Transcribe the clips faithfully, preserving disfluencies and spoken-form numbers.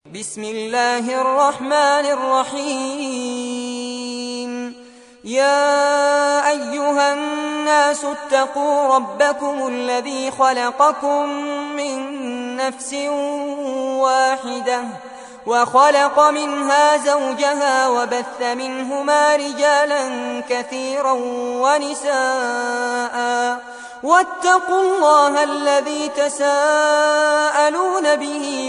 بسم الله الرحمن الرحيم. يا أيها الناس اتقوا ربكم الذي خلقكم من نفس واحدة وخلق منها زوجها وبث منهما رجالا كثيرا ونساء واتقوا الله الذي تساءلون به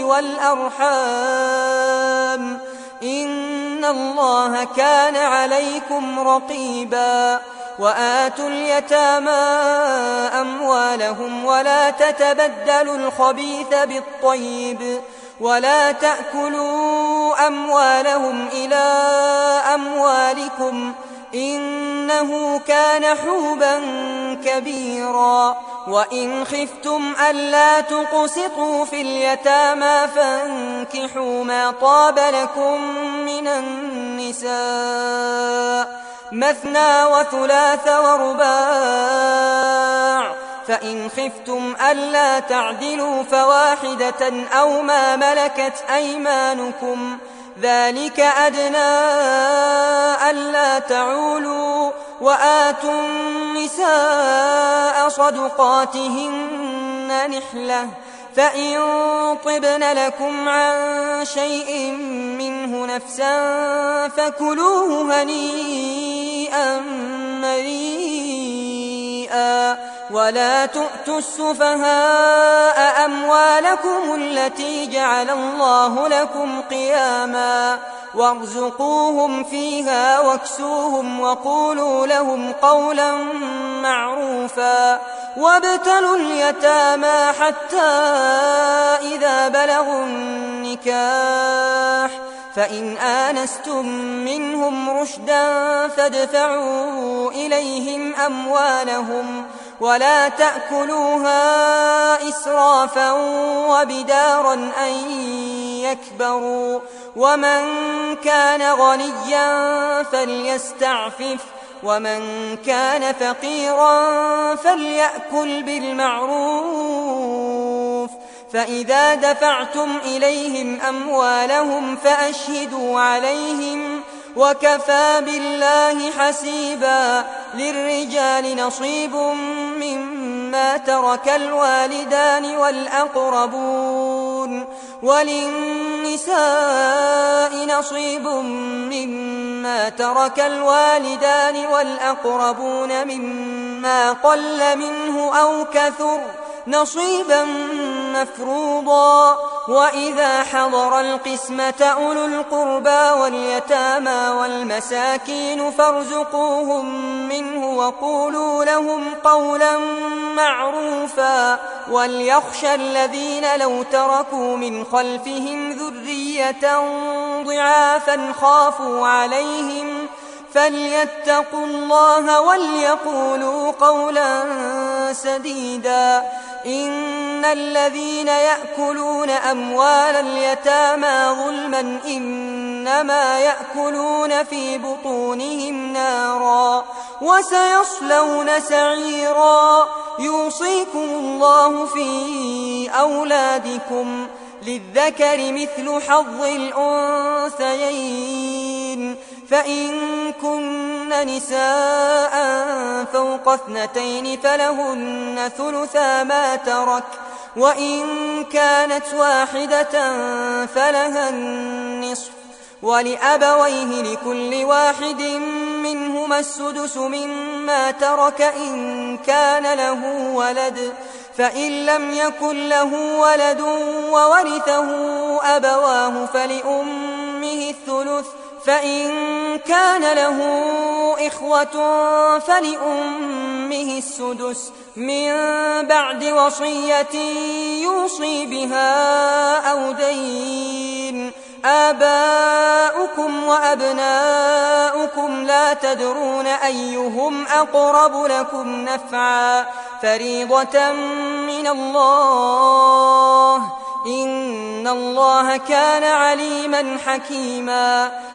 والأرحام إن الله كان عليكم رقيبا. وآتوا اليتامى أموالهم ولا تتبدلوا الخبيث بالطيب ولا تأكلوا أموالهم إلى أموالكم إنه كان حوبا كبيرا. وإن خفتم ألا تقسطوا في اليتامى فانكحوا ما طاب لكم من النساء مثنى وثلاث ورباع، فإن خفتم ألا تعدلوا فواحدة أو ما ملكت أيمانكم ذلك أدنى ألا تعولوا. وآتوا النساء صدقاتهن نحلة فإن طبن لكم عن شيء منه نفسا فكلوه هنيئا مريئا. ولا تؤتوا السفهاء أموالكم التي جعل الله لكم قياما وارزقوهم فيها واكسوهم وقولوا لهم قولا معروفا. وابتلوا اليتامى حتى إذا بلغوا النكاح فإن آنستم منهم رشدا فادفعوا إليهم أموالهم ولا تأكلوها إسرافا وبدارا أن يكبروا. ومن كان غنيا فليستعفف ومن كان فقيرا فليأكل بالمعروف. فإذا دفعتم إليهم أموالهم فأشهدوا عليهم وكفى بالله حسيبا. للرجال نصيب مما ترك الوالدان والأقربون وللنساء نصيب مما ترك الوالدان والأقربون مما قل منه أو كثر نصيبا مفروضا. وإذا حضر القسمة أولو القربى واليتامى والمساكين فارزقوهم منه وقولوا لهم قولا معروفا. وليخشى الذين لو تركوا من خلفهم ذرية ضعافا خافوا عليهم فليتقوا الله وليقولوا قولا سديدا. إن الذين يأكلون أموال اليتامى ظلما إنما يأكلون في بطونهم نارا وسيصلون سعيرا. يوصيكم الله في أولادكم للذكر مثل حظ الأنثيين فإن كن نساء فوق اثنتين فلهن ثلثا ما ترك وإن كانت واحدة فلها النصف ولأبويه لكل واحد منهما السدس مما ترك إن كان له ولد. فإن لم يكن له ولد وورثه أبواه فلأمه الثلث فإن كان له إخوة فلأمه السدس من بعد وصية يوصي بها أو دين. آباؤكم وأبناؤكم لا تدرون أيهم أقرب لكم نفعا فريضة من الله إن الله كان عليما حكيما.